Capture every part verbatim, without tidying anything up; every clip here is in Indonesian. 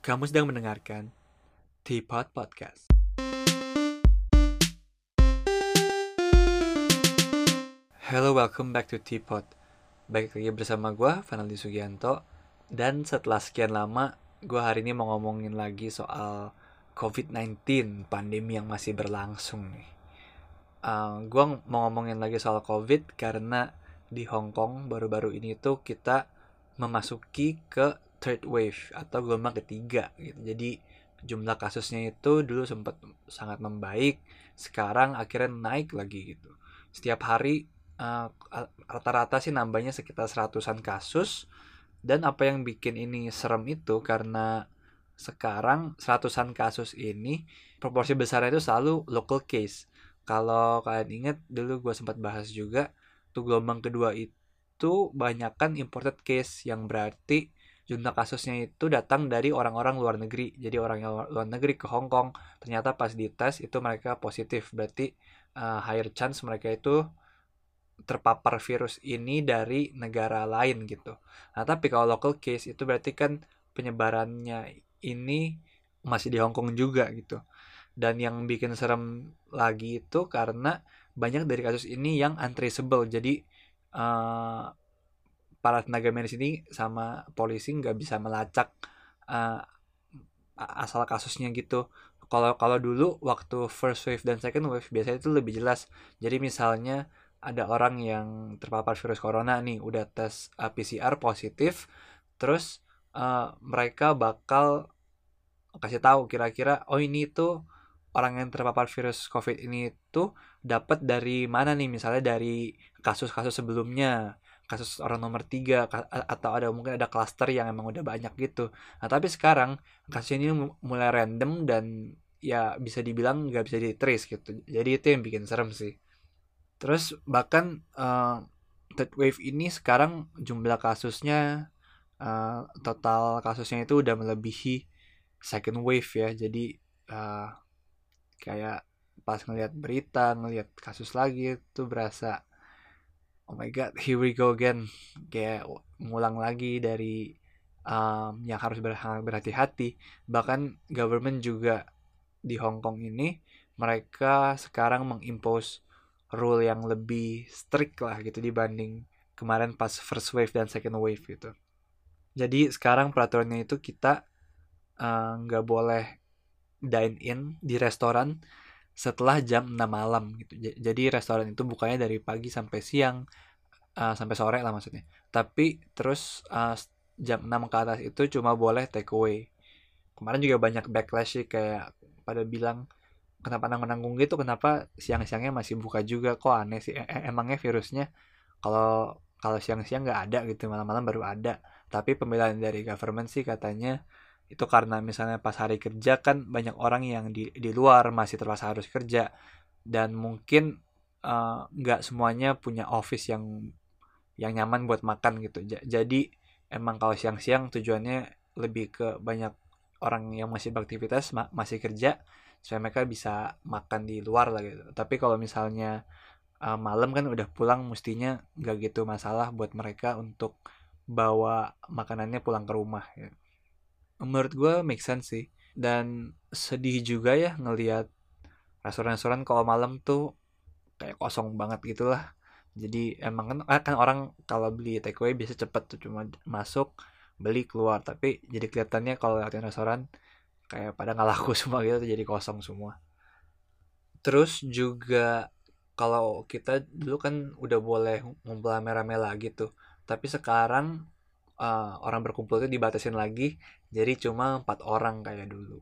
Kamu sedang mendengarkan Teapot Podcast. Hello, welcome back to Teapot. Baik lagi bersama gue, Fanaldi Sugianto. Dan setelah sekian lama, gue hari ini mau ngomongin lagi soal covid sembilan belas, pandemi yang masih berlangsung nih. Uh, gue mau ngomongin lagi soal COVID karena di Hong Kong baru-baru ini tuh kita memasuki ke third wave atau gelombang ketiga gitu. Jadi jumlah kasusnya itu dulu sempat sangat membaik, sekarang akhirnya naik lagi gitu. Setiap hari uh, rata-rata sih nambahnya sekitar seratusan kasus. Dan apa yang bikin ini serem itu karena sekarang seratusan kasus ini proporsi besarnya itu selalu local case. Kalau kalian ingat dulu gue sempat bahas juga, tuh gelombang kedua itu banyakkan imported case, yang berarti jumlah kasusnya itu datang dari orang-orang luar negeri. Jadi orang yang luar negeri ke Hong Kong, ternyata pas dites itu mereka positif. Berarti uh, higher chance mereka itu terpapar virus ini dari negara lain gitu. Nah, tapi kalau local case itu berarti kan penyebarannya ini masih di Hong Kong juga gitu. Dan yang bikin serem lagi itu karena banyak dari kasus ini yang untraceable. Jadi uh, para tenaga medis ini sama polisi nggak bisa melacak uh, asal kasusnya gitu. Kalau kalau dulu waktu first wave dan second wave biasanya itu lebih jelas. Jadi misalnya ada orang yang terpapar virus corona nih, udah tes uh, P C R positif, terus uh, mereka bakal kasih tahu kira-kira, oh ini tuh orang yang terpapar virus COVID ini tuh dapat dari mana nih, misalnya dari kasus-kasus sebelumnya, kasus orang nomor tiga, atau ada mungkin ada klaster yang emang udah banyak gitu. Nah tapi sekarang kasus ini mulai random dan ya bisa dibilang nggak bisa di trace gitu. Jadi itu yang bikin serem sih. Terus bahkan uh, third wave ini sekarang jumlah kasusnya, uh, total kasusnya itu udah melebihi second wave ya. Jadi uh, kayak pas ngelihat berita, ngelihat kasus lagi tuh berasa, oh my god, here we go again. Kayak ngulang lagi dari um, yang harus ber- berhati-hati. Bahkan government juga di Hong Kong ini, mereka sekarang mengimpose rule yang lebih strict lah gitu dibanding kemarin pas first wave dan second wave gitu. Jadi sekarang peraturannya itu kita uh, nggak uh, boleh dine in di restoran setelah jam enam malam gitu. Jadi restoran itu bukanya dari pagi sampai siang, uh, sampai sore lah maksudnya. Tapi terus uh, jam enam ke atas itu cuma boleh take away. Kemarin juga banyak backlash sih, kayak pada bilang kenapa nanggung-nanggung gitu, kenapa siang-siangnya masih buka juga, kok aneh sih. E- e- emangnya virusnya kalau kalau siang-siang nggak ada gitu, malam-malam baru ada. Tapi pembelaan dari government sih katanya itu karena misalnya pas hari kerja kan banyak orang yang di di luar masih terpaksa harus kerja, dan mungkin eh, nggak uh, semuanya punya office yang yang nyaman buat makan gitu. J- jadi emang kalau siang-siang tujuannya lebih ke banyak orang yang masih beraktivitas, ma- masih kerja, supaya mereka bisa makan di luar lah gitu. Tapi kalau misalnya uh, malam kan udah pulang, mestinya nggak gitu masalah buat mereka untuk bawa makanannya pulang ke rumah ya. Menurut gue make sense sih. Dan sedih juga ya ngelihat restoran-restoran kalau malam tuh kayak kosong banget gitulah. Jadi emang kan, ah, kan orang kalau beli takeaway biasa cepet tuh, cuma masuk beli keluar. Tapi jadi kelihatannya kalau liatin restoran kayak pada nggak laku semua gitu, jadi kosong semua. Terus juga kalau kita dulu kan udah boleh ngumpul rame-rame lagi tuh, tapi sekarang uh, orang berkumpul itu dibatasin lagi, jadi cuma empat orang kayak dulu.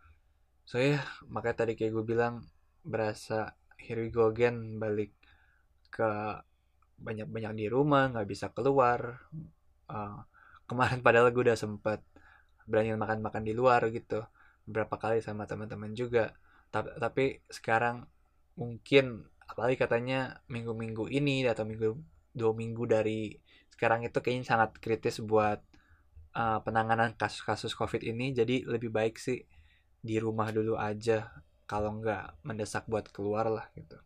So ya, yeah, makanya tadi kayak gue bilang berasa here we go again, balik ke banyak-banyak di rumah, nggak bisa keluar. Uh, Kemarin padahal gue udah sempet berani makan-makan di luar gitu, beberapa kali sama teman-teman juga. tapi, tapi sekarang mungkin, apalagi katanya minggu-minggu ini atau minggu dua minggu dari sekarang itu kayaknya sangat kritis buat uh, penanganan kasus-kasus COVID ini. Jadi lebih baik sih di rumah dulu aja kalau nggak mendesak buat keluar lah gitu.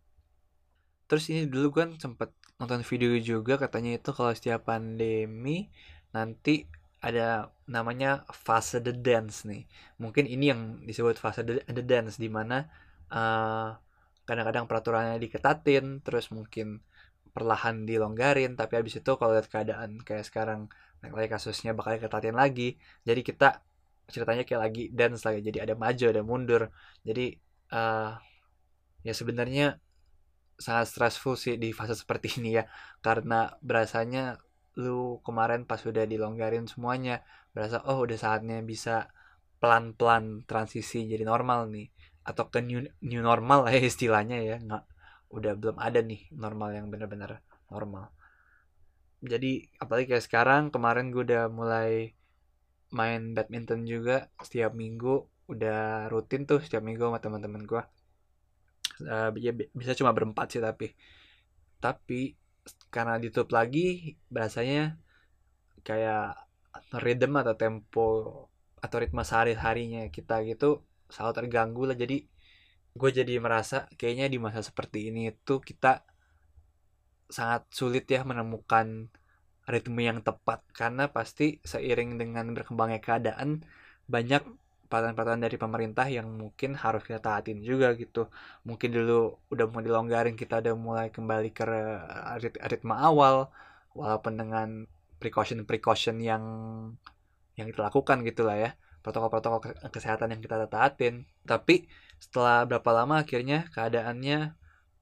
Terus ini dulu kan sempet nonton video juga, katanya itu kalau setiap pandemi nanti ada namanya fase the dance nih. Mungkin ini yang disebut fase the, the dance, di mana uh, kadang-kadang peraturannya diketatin, terus mungkin perlahan dilonggarin, tapi habis itu kalau lihat keadaan kayak sekarang naik lagi kasusnya bakal diketatin lagi. Jadi kita ceritanya kayak lagi dance lagi. Jadi ada maju, ada mundur. Jadi uh, ya sebenarnya sangat stressful sih di fase seperti ini ya, karena berasanya lu kemarin pas udah dilonggarin semuanya, berasa oh udah saatnya bisa pelan-pelan transisi jadi normal nih, atau ke new, new normal lah ya istilahnya ya, nggak, udah belum ada nih normal yang benar-benar normal. Jadi apalagi kayak sekarang, kemarin gue udah mulai main badminton juga setiap minggu, udah rutin tuh setiap minggu sama teman-teman gue. Uh, ya, bisa cuma berempat sih, tapi tapi karena ditutup lagi, berasanya kayak rhythm atau tempo atau ritme sehari-harinya kita gitu selalu terganggu lah. Jadi gue jadi merasa kayaknya di masa seperti ini tuh kita sangat sulit ya menemukan ritme yang tepat, karena pasti seiring dengan berkembangnya keadaan, banyak peraturan-peraturan dari pemerintah yang mungkin harus kita taatin juga gitu. Mungkin dulu udah mau dilonggarin, kita udah mulai kembali ke rit- ritme awal, walaupun dengan precaution-precaution yang yang kita lakukan gitulah ya, protokol-protokol kesehatan yang kita taatin. Tapi setelah berapa lama akhirnya keadaannya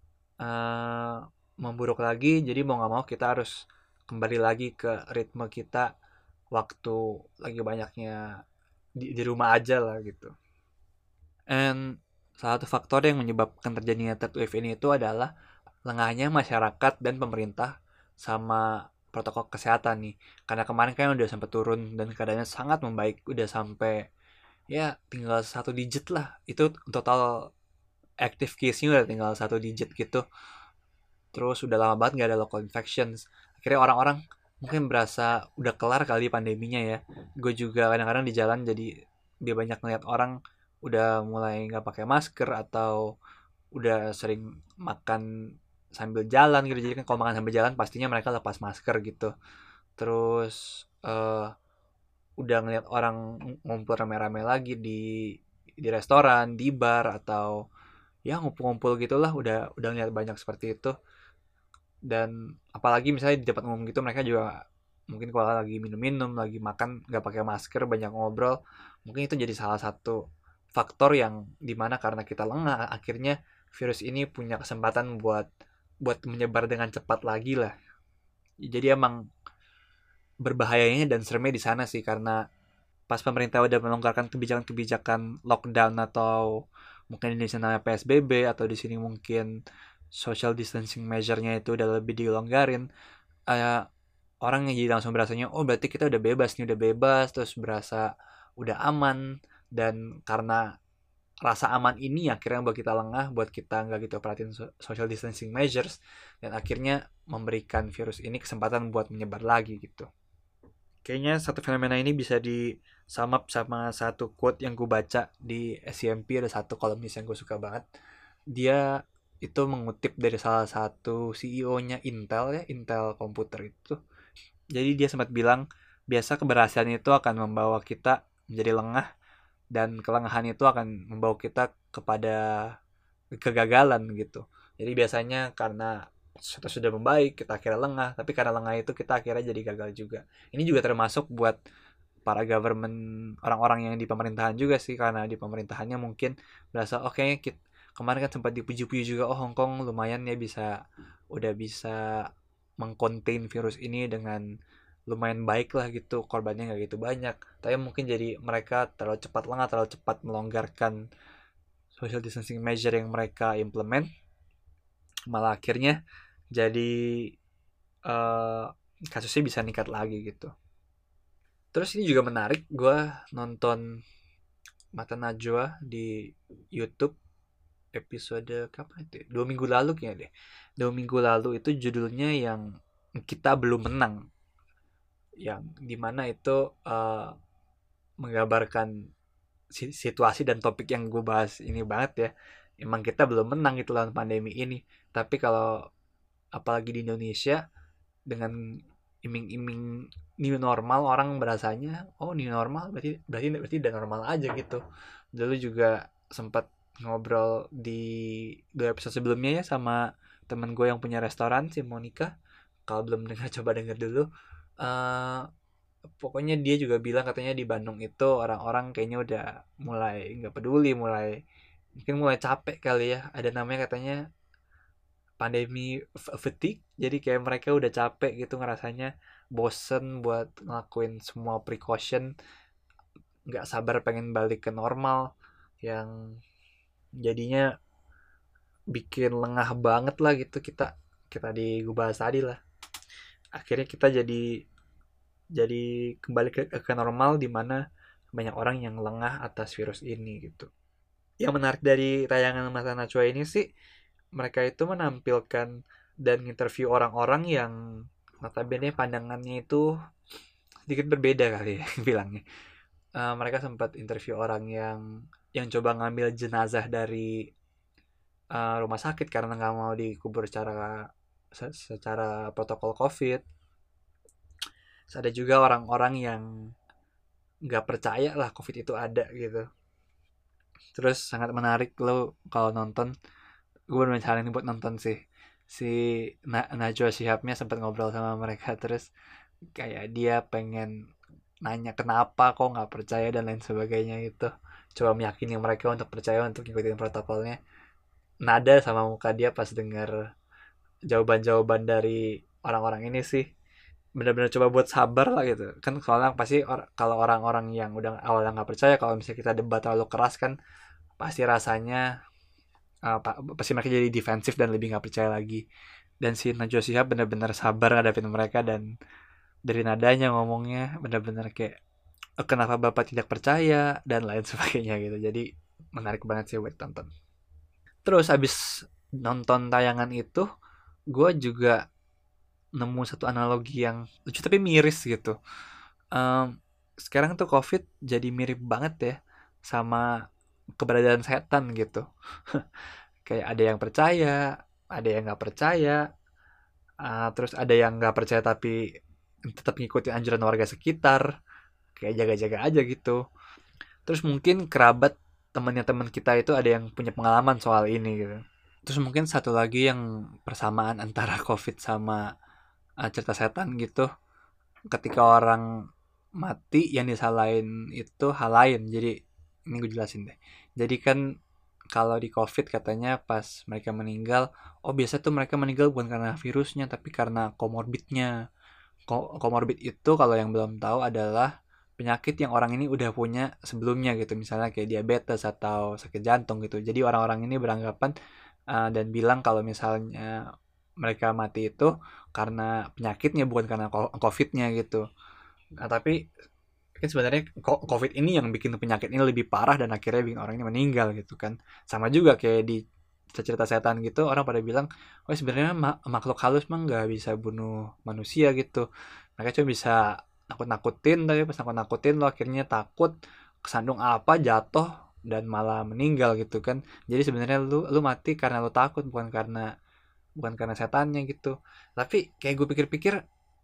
uh, memburuk lagi, jadi mau nggak mau kita harus kembali lagi ke ritme kita waktu lagi banyaknya di, di rumah aja lah gitu. And salah satu faktor yang menyebabkan terjadinya third wave ini itu adalah lengahnya masyarakat dan pemerintah sama protokol kesehatan nih. Karena kemarin kan udah sampai turun dan keadaannya sangat membaik, udah sampai ya tinggal satu digit lah. Itu total active case-nya udah tinggal satu digit gitu. Terus udah lama banget nggak ada local infections. Akhirnya orang-orang mungkin berasa udah kelar kali pandeminya ya. Gue juga kadang-kadang di jalan jadi dia banyak ngeliat orang udah mulai nggak pakai masker, atau udah sering makan sambil jalan gitu. Jadi kan kalau makan sambil jalan pastinya mereka lepas masker gitu. Terus uh, udah ngeliat orang ngumpul rame-rame lagi di di restoran, di bar, atau ya ngumpul-ngumpul gitulah, udah udah ngeliat banyak seperti itu. Dan apalagi misalnya di tempat umum gitu, mereka juga mungkin kalau lagi minum-minum, lagi makan nggak pakai masker, banyak ngobrol, mungkin itu jadi salah satu faktor yang dimana karena kita lengah, akhirnya virus ini punya kesempatan buat buat menyebar dengan cepat lagi lah. Jadi emang berbahayanya dan seremnya di sana sih, karena pas pemerintah udah melonggarkan kebijakan-kebijakan lockdown, atau mungkin di sana P S B B, atau di sini mungkin social distancing measure-nya itu udah lebih dilonggarin, uh, orang yang jadi langsung berasanya oh berarti kita udah bebas nih, udah bebas, terus berasa udah aman. Dan karena rasa aman ini akhirnya buat kita lengah, buat kita nggak gitu perhatiin social distancing measures, dan akhirnya memberikan virus ini kesempatan buat menyebar lagi gitu. Kayaknya satu fenomena ini bisa di sum up sama satu quote yang gue baca di S C M P. Ada satu kolomnis yang gue suka banget. Dia itu mengutip dari salah satu C E O-nya Intel ya, Intel komputer itu. Jadi dia sempat bilang, biasa keberhasilan itu akan membawa kita menjadi lengah, dan kelengahan itu akan membawa kita kepada kegagalan gitu. Jadi biasanya karena sudah sudah membaik kita akhirnya lengah, tapi karena lengah itu kita akhirnya jadi gagal juga. Ini juga termasuk buat para government, orang-orang yang di pemerintahan juga sih, karena di pemerintahannya mungkin berasa oke okay, kita, kemarin kan sempat dipuji-puji juga, oh Hong Kong lumayan ya bisa, udah bisa mengcontain virus ini dengan lumayan baik lah gitu, korbannya nggak gitu banyak. Tapi mungkin jadi mereka terlalu cepat lengah, terlalu cepat melonggarkan social distancing measure yang mereka implement, malah akhirnya jadi uh, kasusnya bisa meningkat lagi gitu. Terus ini juga menarik, gue nonton Mata Najwa di YouTube episode kapan itu? Dua minggu lalu kayaknya deh. Dua minggu lalu itu judulnya yang Kita Belum Menang, yang dimana itu uh, menggambarkan situasi dan topik yang gue bahas ini banget ya. Emang kita belum menang gitu lawan pandemi ini. Tapi kalau apalagi di Indonesia, dengan iming-iming new normal, orang berasanya oh new normal berarti berarti berarti udah normal aja gitu. Dulu juga sempat ngobrol di dua episode sebelumnya ya sama temen gue yang punya restoran, si Monica. Kalau belum dengar coba denger dulu. Eh Pokoknya dia juga bilang katanya di Bandung itu orang-orang kayaknya udah mulai nggak peduli, mulai mungkin mulai capek kali ya. Ada namanya katanya pandemi fatigue. Jadi kayak mereka udah capek gitu ngerasanya, bosen buat ngelakuin semua precaution, nggak sabar pengen balik ke normal, yang jadinya bikin lengah banget lah gitu. Kita kita di gue bahas tadi lah. Akhirnya kita jadi jadi kembali ke, ke normal di mana banyak orang yang lengah atas virus ini gitu. Yang menarik dari tayangan Mata Najwa ini sih, mereka itu menampilkan dan interview orang-orang yang notabene pandangannya itu sedikit berbeda kali ya bilangnya. Eh, mereka sempat interview orang yang yang coba ngambil jenazah dari eh, rumah sakit karena nggak mau dikubur secara secara protokol COVID. Terus ada juga orang-orang yang nggak percaya lah COVID itu ada gitu. Terus sangat menarik lo kalau nonton. Gue bener ini buat nonton sih. Si Na Najwa Shihabnya sempat ngobrol sama mereka, terus kayak dia pengen nanya kenapa kok nggak percaya dan lain sebagainya itu. Coba meyakini mereka untuk percaya untuk ngikutin protokolnya. Nada sama muka dia pas denger jawaban-jawaban dari orang-orang ini sih benar-benar coba buat sabar lah gitu kan. Soalnya pasti or kalau orang-orang yang udah awalnya nggak percaya, kalau misalnya kita debat terlalu keras kan pasti rasanya uh, pasti mereka jadi defensif dan lebih nggak percaya lagi. Dan si Najwa Shihab benar-benar sabar ngadepin mereka, dan dari nadanya ngomongnya benar-benar kayak "E, kenapa bapak tidak percaya" dan lain sebagainya gitu. Jadi menarik banget sih buat tonton. Terus abis nonton tayangan itu, gue juga nemu satu analogi yang lucu tapi miris gitu. Um, Sekarang tuh COVID jadi mirip banget ya sama keberadaan setan gitu. Kayak ada yang percaya, ada yang nggak percaya, uh, terus ada yang nggak percaya tapi tetap ngikutin anjuran warga sekitar, kayak jaga-jaga aja gitu. Terus mungkin kerabat temannya teman kita itu ada yang punya pengalaman soal ini gitu. Terus mungkin satu lagi yang persamaan antara COVID sama uh, cerita setan gitu, ketika orang mati yang disalahin itu hal lain. Jadi ini gue jelasin deh. Jadi kan kalau di COVID katanya pas mereka meninggal, oh biasa tuh mereka meninggal bukan karena virusnya tapi karena komorbidnya. Komorbid itu kalau yang belum tahu adalah penyakit yang orang ini udah punya sebelumnya gitu. Misalnya kayak diabetes atau sakit jantung gitu. Jadi orang-orang ini beranggapan uh, dan bilang kalau misalnya mereka mati itu karena penyakitnya bukan karena COVID-nya gitu. Nah, tapi kan sebenarnya COVID ini yang bikin penyakit ini lebih parah dan akhirnya bikin orang ini meninggal gitu kan. Sama juga kayak di cerita setan gitu, orang pada bilang, oh sebenarnya makhluk halus mah nggak bisa bunuh manusia gitu. Mereka cuma bisa nakut-nakutin, tapi pas nakut-nakutin lo akhirnya takut, kesandung apa, jatuh, dan malah meninggal gitu kan. Jadi sebenarnya lu lu mati karena lu takut, bukan karena bukan karena setannya gitu. Tapi kayak gue pikir-pikir,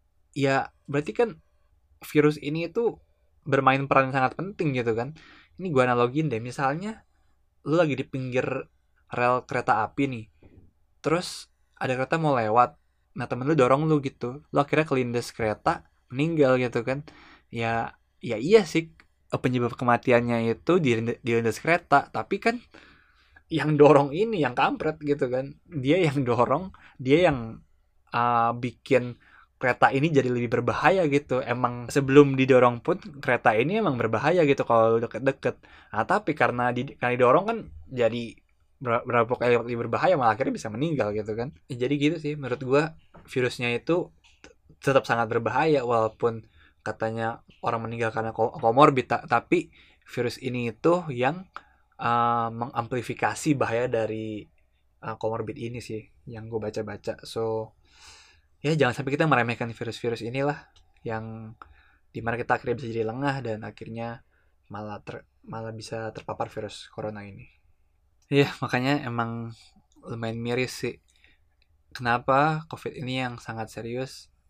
ya berarti kan virus ini itu bermain peran yang sangat penting gitu kan. Ini gue analogin deh, misalnya lu lagi di pinggir rel kereta api nih, terus ada kereta mau lewat, nah temen lu dorong lu gitu, lu akhirnya kelindes kereta, meninggal gitu kan. Ya ya iya sih, penyebab kematiannya itu dilindas kereta, tapi kan yang dorong ini yang kampret gitu kan. Dia yang dorong, dia yang uh, bikin kereta ini jadi lebih berbahaya gitu. Emang sebelum didorong pun kereta ini emang berbahaya gitu kalau deket-deket. Nah tapi karena, di, karena didorong kan jadi berapa kali lebih berbahaya, malah akhirnya bisa meninggal gitu kan. Jadi gitu sih menurut gua, virusnya itu tetap sangat berbahaya walaupun katanya orang meninggal karena komorbid, tapi virus ini itu yang uh, mengamplifikasi bahaya dari uh, komorbid ini sih yang gue baca-baca. So ya jangan sampai kita meremehkan virus-virus inilah, yang dimana kita akhirnya bisa jadi lengah dan akhirnya malah ter, malah bisa terpapar virus corona ini. Iya, makanya emang lumayan miris sih. Kenapa COVID ini yang sangat serius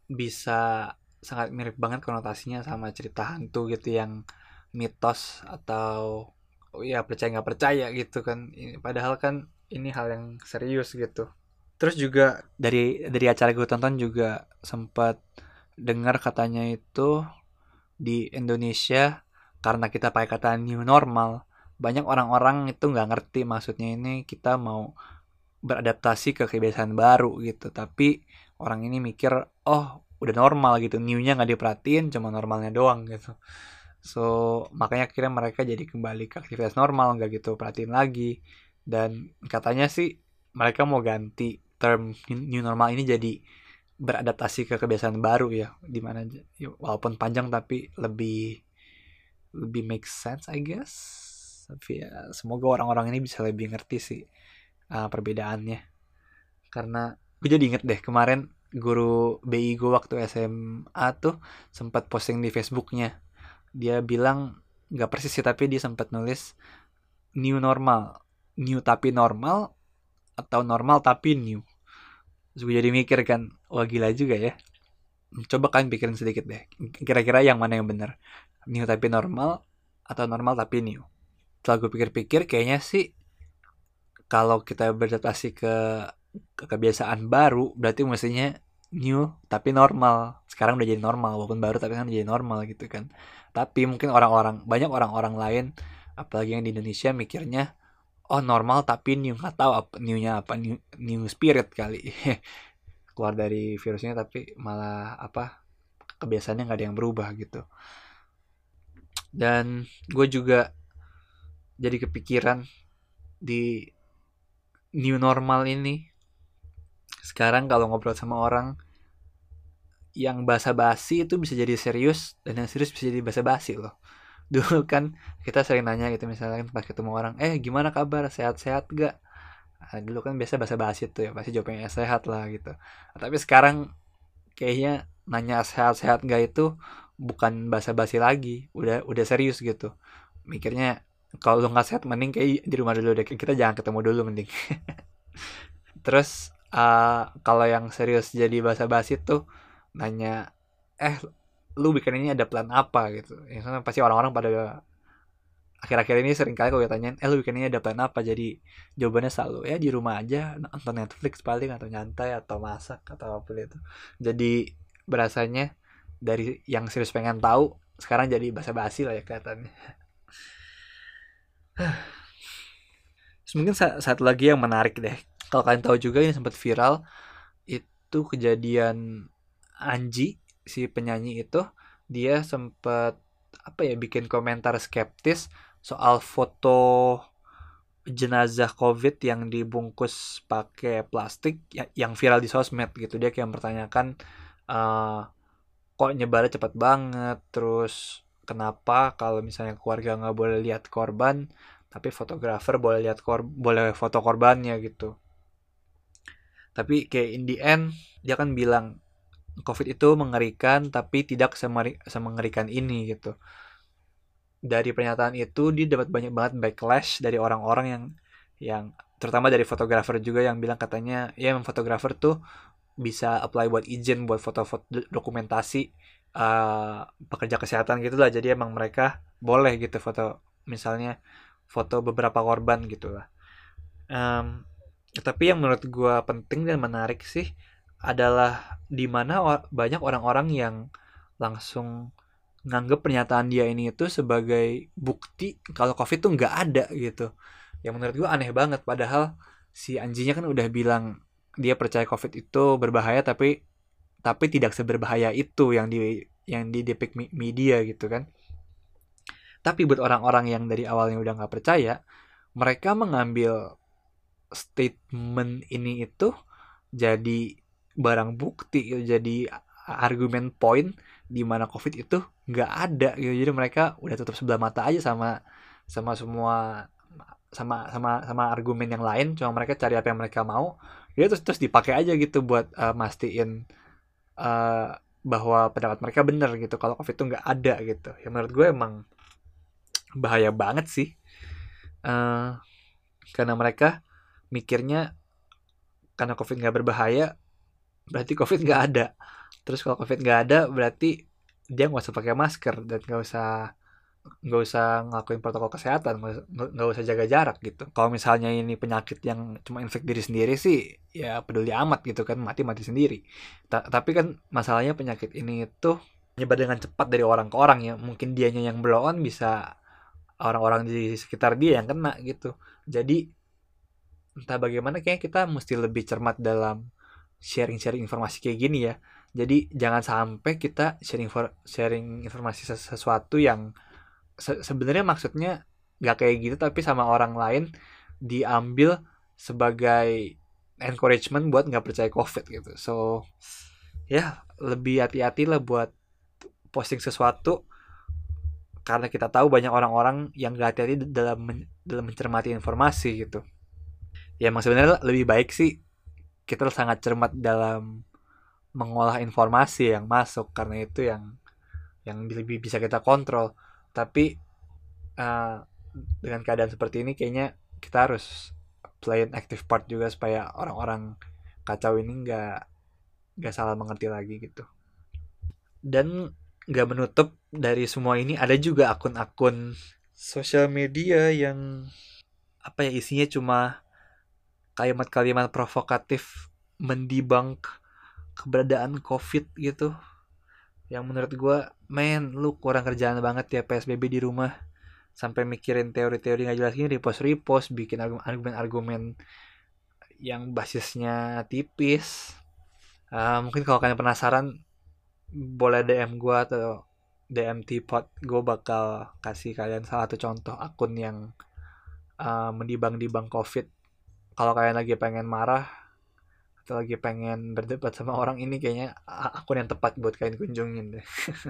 bisa sangat mirip banget konotasinya sama cerita hantu gitu yang mitos atau oh ya percaya nggak percaya gitu kan. Padahal kan ini hal yang serius gitu. Terus juga dari dari acara gue tonton juga sempat dengar katanya itu di Indonesia karena kita pakai kata new normal, banyak orang-orang itu nggak ngerti maksudnya ini kita mau beradaptasi ke kebiasaan baru gitu. Tapi orang ini mikir, oh udah normal gitu, new-nya nggak diperhatiin, cuma normalnya doang gitu. So makanya akhirnya mereka jadi kembali ke aktivitas normal, nggak gitu perhatiin lagi. Dan katanya sih mereka mau ganti term new normal ini jadi beradaptasi ke kebiasaan baru ya, dimana walaupun panjang tapi lebih lebih make sense I guess. Tapi ya semoga orang-orang ini bisa lebih ngerti sih uh, perbedaannya. Karena gue jadi inget deh kemarin guru B I gue waktu S M A tuh sempat posting di Facebooknya. Dia bilang nggak persis sih tapi dia sempat nulis new normal, new tapi normal atau normal tapi new. Terus gue jadi mikir kan, wah gila juga ya. Coba kalian pikirin sedikit deh, kira-kira yang mana yang benar, new tapi normal atau normal tapi new. Setelah gue pikir-pikir kayaknya sih kalau kita beradaptasi ke, ke kebiasaan baru berarti mestinya new tapi normal. Sekarang udah jadi normal walaupun baru tapi kan udah jadi normal gitu kan. Tapi mungkin orang-orang banyak orang-orang lain apalagi yang di Indonesia mikirnya oh normal tapi new, nggak tahu apa newnya apa, new, new spirit kali keluar dari virusnya tapi malah apa kebiasaannya nggak ada yang berubah gitu. Dan gue juga jadi kepikiran di new normal ini sekarang kalau ngobrol sama orang yang basa-basi itu bisa jadi serius dan yang serius bisa jadi basa-basi loh. Dulu kan kita sering nanya gitu misalnya pas ketemu orang, eh gimana kabar, sehat-sehat gak? Nah, dulu kan biasa basa-basi tuh ya, pasti jawabnya ya, sehat lah gitu. Nah, tapi sekarang kayaknya nanya sehat-sehat gak itu bukan basa-basi lagi, udah udah serius gitu. Mikirnya kalau lu nggak sehat mending kayak di rumah dulu deh, kita jangan ketemu dulu mending. Terus uh, kalau yang serius jadi basa-basi tuh nanya, eh lu bikin ini ada plan apa gitu. Yang sana pasti orang-orang pada akhir-akhir ini sering kali kalau ditanyain, eh lu bikin ini ada plan apa? Jadi jawabannya selalu ya di rumah aja nonton Netflix paling atau nyantai atau masak atau apa itu. Jadi berasanya dari yang serius pengen tahu sekarang jadi basa-basi lah ya kelihatannya. Terus mungkin satu lagi yang menarik deh. Kalau kalian tahu juga ini sempat viral itu kejadian Anji si penyanyi itu dia sempat apa ya bikin komentar skeptis soal foto jenazah COVID yang dibungkus pakai plastik ya, yang viral di sosmed gitu. Dia kayak mempertanyakan uh, kok nyebarnya cepat banget, terus kenapa kalau misalnya keluarga nggak boleh lihat korban tapi fotografer boleh lihat kor boleh foto korbannya gitu. Tapi kayak in the end dia kan bilang COVID itu mengerikan tapi tidak semengerikan ini gitu. Dari pernyataan itu dia dapat banyak banget backlash dari orang-orang yang yang terutama dari fotografer juga yang bilang katanya ya memang fotografer tuh bisa apply buat izin buat foto-foto dokumentasi uh, pekerja kesehatan gitu lah. Jadi emang mereka boleh gitu foto misalnya foto beberapa korban gitu lah. Um, tapi yang menurut gue penting dan menarik sih adalah dimana banyak orang-orang yang langsung nganggep pernyataan dia ini itu sebagai bukti kalau COVID tuh nggak ada gitu. Yang menurut gue aneh banget. Padahal si anjingnya kan udah bilang dia percaya COVID itu berbahaya tapi tapi tidak seberbahaya itu yang di yang di depict media gitu kan. Tapi buat orang-orang yang dari awalnya udah nggak percaya, mereka mengambil statement ini itu jadi barang bukti, jadi argumen point di mana COVID itu nggak ada gitu. Jadi mereka udah tutup sebelah mata aja sama sama semua sama sama sama argumen yang lain. Cuma mereka cari apa yang mereka mau. Dia terus terus dipakai aja gitu buat uh, mastiin uh, bahwa pendapat mereka benar gitu. Kalau COVID itu nggak ada gitu. Ya menurut gue emang bahaya banget sih. Uh, karena mereka mikirnya karena COVID nggak berbahaya berarti COVID nggak ada. Terus kalau COVID nggak ada, berarti dia nggak usah pakai masker dan nggak usah nggak usah ngelakuin protokol kesehatan, nggak usah, nggak usah jaga jarak gitu. Kalau misalnya ini penyakit yang cuma infek diri sendiri sih, ya peduli amat gitu kan, mati mati sendiri. Ta- tapi kan masalahnya penyakit ini tuh menyebar dengan cepat dari orang ke orang ya. Mungkin dianya yang blow on, bisa orang-orang di sekitar dia yang kena gitu. Jadi entah bagaimana, kayaknya kita mesti lebih cermat dalam sharing-sharing informasi kayak gini ya. Jadi jangan sampai kita sharing for, sharing informasi sesuatu yang se- sebenarnya maksudnya nggak kayak gitu, tapi sama orang lain diambil sebagai encouragement buat nggak percaya COVID gitu. So ya lebih hati-hati lah buat posting sesuatu, karena kita tahu banyak orang-orang yang nggak hati-hati dalam men- dalam mencermati informasi gitu. Ya emang sebenarnya lebih baik sih kita sangat cermat dalam mengolah informasi yang masuk, karena itu yang yang lebih bisa kita kontrol. Tapi uh, dengan keadaan seperti ini kayaknya kita harus play an active part juga supaya orang-orang kacau ini nggak nggak salah mengerti lagi gitu. Dan nggak menutup dari semua ini, ada juga akun-akun sosial media yang apa ya, isinya cuma kalimat-kalimat provokatif mendibang keberadaan COVID gitu. Yang menurut gue, men, lu kurang kerjaan banget ya P S B B di rumah. Sampai mikirin teori-teori nggak jelas gini, repost-repost, bikin argumen-argumen yang basisnya tipis. Uh, mungkin kalau kalian penasaran, boleh D M gue atau D M Teapot. Gue bakal kasih kalian salah satu contoh akun yang uh, mendibang-dibang COVID. Kalau kalian lagi pengen marah atau lagi pengen berdebat sama orang, ini kayaknya akun yang tepat buat kalian kunjungin deh.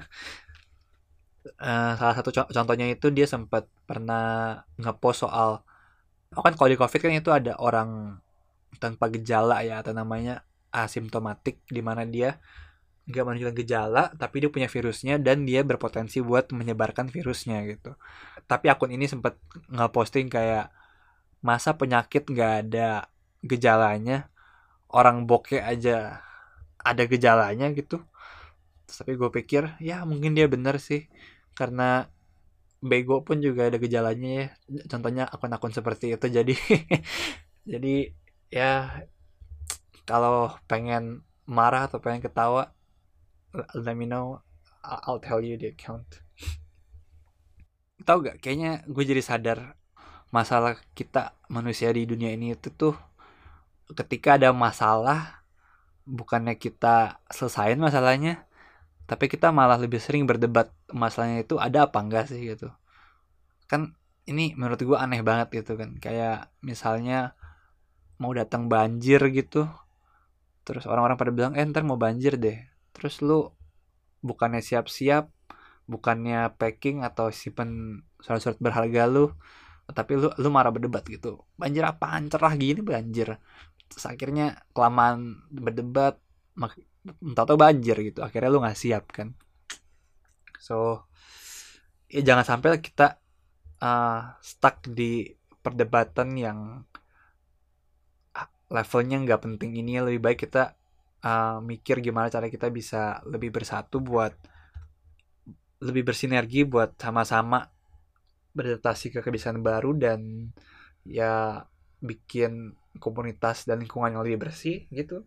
Uh, salah satu co- contohnya itu dia sempat pernah ngepost soal, oh kan kalau di COVID kan itu ada orang tanpa gejala ya, atau namanya asimptomatik, di mana dia nggak menunjukkan gejala tapi dia punya virusnya dan dia berpotensi buat menyebarkan virusnya gitu. Tapi akun ini sempat ngeposting kayak, masa penyakit nggak ada gejalanya, orang bokeh aja ada gejalanya gitu. Tapi gue pikir ya mungkin dia bener sih, karena bego pun juga ada gejalanya ya, contohnya akun-akun seperti itu. Jadi jadi ya kalau pengen marah atau pengen ketawa, let me know, I'll tell you the account. Tahu gak, kayaknya gue jadi sadar masalah kita manusia di dunia ini itu tuh, ketika ada masalah, bukannya kita selesain masalahnya, tapi kita malah lebih sering berdebat masalahnya itu ada apa enggak sih gitu. Kan ini menurut gue aneh banget gitu kan. Kayak misalnya mau datang banjir gitu, terus orang-orang pada bilang, eh ntar mau banjir deh. Terus lu bukannya siap-siap, bukannya packing atau simpen surat-surat berharga lu, tapi lu lu marah berdebat gitu. Banjir apaan, cerah gini banjir. Terus akhirnya kelamaan berdebat, mak entah banjir gitu. Akhirnya lu nggak siap kan. So ya jangan sampai kita uh, stuck di perdebatan yang levelnya nggak penting ini. Lebih baik kita uh, mikir gimana cara kita bisa lebih bersatu buat lebih bersinergi buat sama-sama beradaptasi ke kebiasaan baru, dan ya bikin komunitas dan lingkungan yang lebih bersih gitu.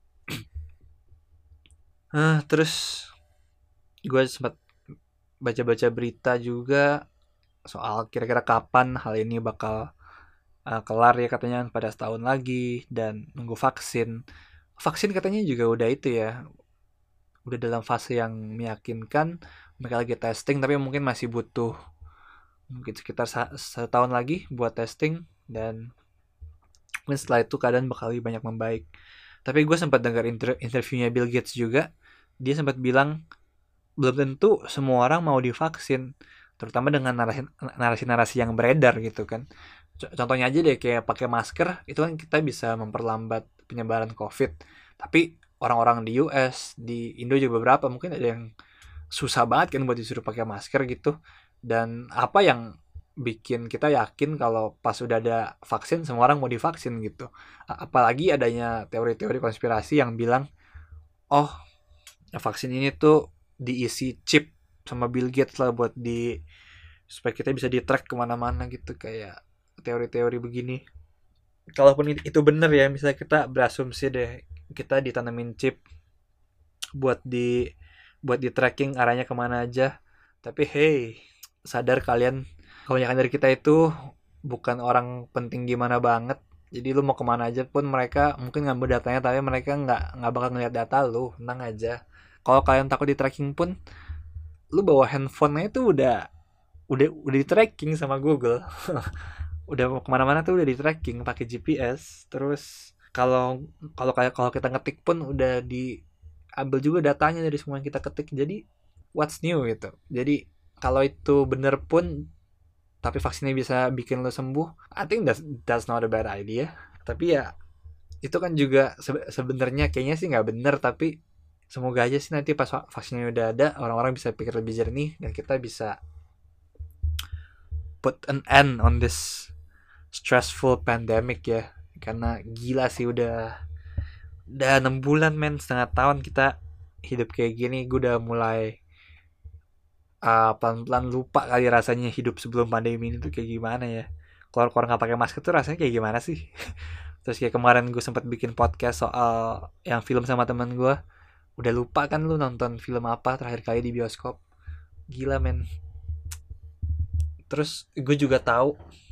Uh, terus gue sempat baca-baca berita juga soal kira-kira kapan hal ini bakal uh, kelar ya, katanya pada setahun lagi, dan nunggu vaksin. Vaksin katanya juga udah itu ya, udah dalam fase yang meyakinkan, mereka lagi testing, tapi mungkin masih butuh mungkin sekitar setahun lagi buat testing, dan mungkin setelah itu keadaan bakal lebih banyak membaik. Tapi gue sempat dengar inter- interviewnya Bill Gates juga, dia sempat bilang belum tentu semua orang mau divaksin, terutama dengan narasi- narasi-narasi yang beredar gitu kan. Contohnya aja deh, kayak pakai masker itu kan kita bisa memperlambat penyebaran COVID, tapi orang-orang di U S, di Indo juga beberapa, mungkin ada yang susah banget kan buat disuruh pakai masker gitu. Dan apa yang bikin kita yakin kalau pas udah ada vaksin semua orang mau divaksin gitu? Apalagi adanya teori-teori konspirasi yang bilang, oh Nah, vaksin ini tuh diisi chip sama Bill Gates lah buat di supaya kita bisa di track kemana-mana gitu, kayak teori-teori begini. Kalaupun itu bener ya, misalnya kita berasumsi deh kita ditanamin chip buat di buat di tracking arahnya kemana aja. Tapi hey, sadar kalian kebanyakan dari kita itu bukan orang penting gimana banget. Jadi lu mau kemana aja pun mereka mungkin ngambil datanya, tapi mereka nggak nggak bakal ngeliat data lu, tenang aja. Kalau kalian takut di tracking pun, lu bawa handphonenya itu udah udah udah di tracking sama Google. Udah mau kemana-mana tuh udah di tracking pakai G P S. Terus kalau kalau kayak kalau kita ngetik pun udah diambil juga datanya dari semua yang kita ketik. Jadi what's new gitu. Jadi kalau itu bener pun tapi vaksinnya bisa bikin lo sembuh, I think that's, that's not a bad idea. Tapi ya itu kan juga sebe- sebenarnya kayaknya sih nggak bener, tapi semoga aja sih nanti pas vaksinnya udah ada orang-orang bisa pikir lebih jernih dan kita bisa put an end on this stressful pandemic ya. Karena gila sih udah udah enam bulan men, setengah tahun kita hidup kayak gini. Gue udah mulai uh, pelan-pelan lupa kali rasanya hidup sebelum pandemi ini tuh kayak gimana ya. Keluar-keluar nggak pakai masker tuh rasanya kayak gimana sih. Terus kayak kemarin gue sempat bikin podcast soal yang film sama teman gue. Udah lupa kan lu nonton film apa terakhir kali di bioskop. Gila men. Terus gue juga tahu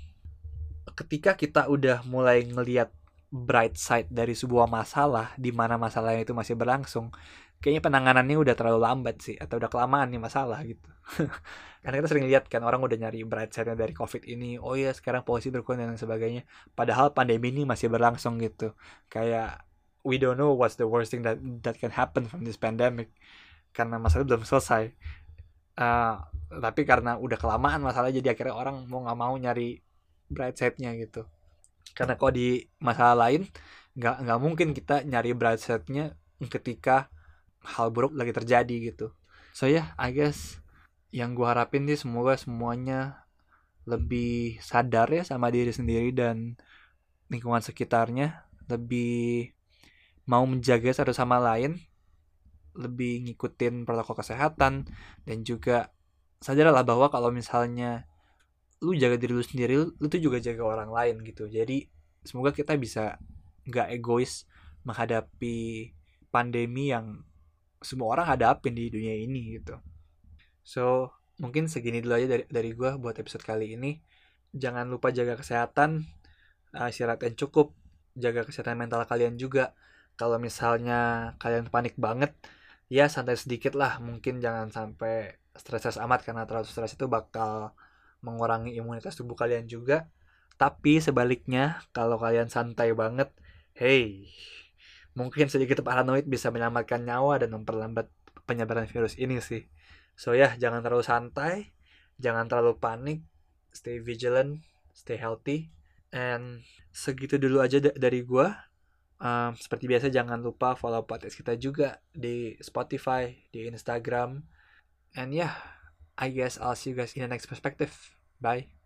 ketika kita udah mulai ngelihat bright side dari sebuah masalah, di mana masalahnya itu masih berlangsung, kayaknya penanganannya udah terlalu lambat sih, atau udah kelamaan nih masalah gitu. Karena kita sering lihat kan orang udah nyari bright side-nya dari COVID ini, oh ya sekarang polisi berkurang dan sebagainya, padahal pandemi ini masih berlangsung gitu. Kayak we don't know what's the worst thing that that can happen from this pandemic, karena masalah belum selesai. Uh, tapi karena udah kelamaan masalah, jadi akhirnya orang mau nggak mau nyari bright side-nya gitu. Karena kok di masalah lain nggak nggak mungkin kita nyari bright side-nya ketika hal buruk lagi terjadi gitu. So ya, yeah, I guess yang gue harapin sih semoga semuanya lebih sadar ya sama diri sendiri dan lingkungan sekitarnya, lebih mau menjaga satu sama lain, lebih ngikutin protokol kesehatan, dan juga sadarlah bahwa kalau misalnya lu jaga diri lu sendiri, lu tuh juga jaga orang lain gitu. Jadi semoga kita bisa nggak egois menghadapi pandemi yang semua orang hadapin di dunia ini gitu. So mungkin segini dulu aja dari dari gue buat episode kali ini. Jangan lupa jaga kesehatan, uh, istirahat yang cukup, jaga kesehatan mental kalian juga. Kalau misalnya kalian panik banget, ya santai sedikit lah, mungkin jangan sampai stres amat, karena terlalu stres itu bakal mengurangi imunitas tubuh kalian juga. Tapi sebaliknya, kalau kalian santai banget, hey, mungkin sedikit paranoid bisa menyelamatkan nyawa dan memperlambat penyebaran virus ini sih. So ya, jangan terlalu santai, jangan terlalu panik, stay vigilant, stay healthy, and segitu dulu aja d- dari gua. Um, seperti biasa jangan lupa follow podcast kita juga di Spotify, di Instagram. And yeah, I guess I'll see you guys in the next perspective. Bye.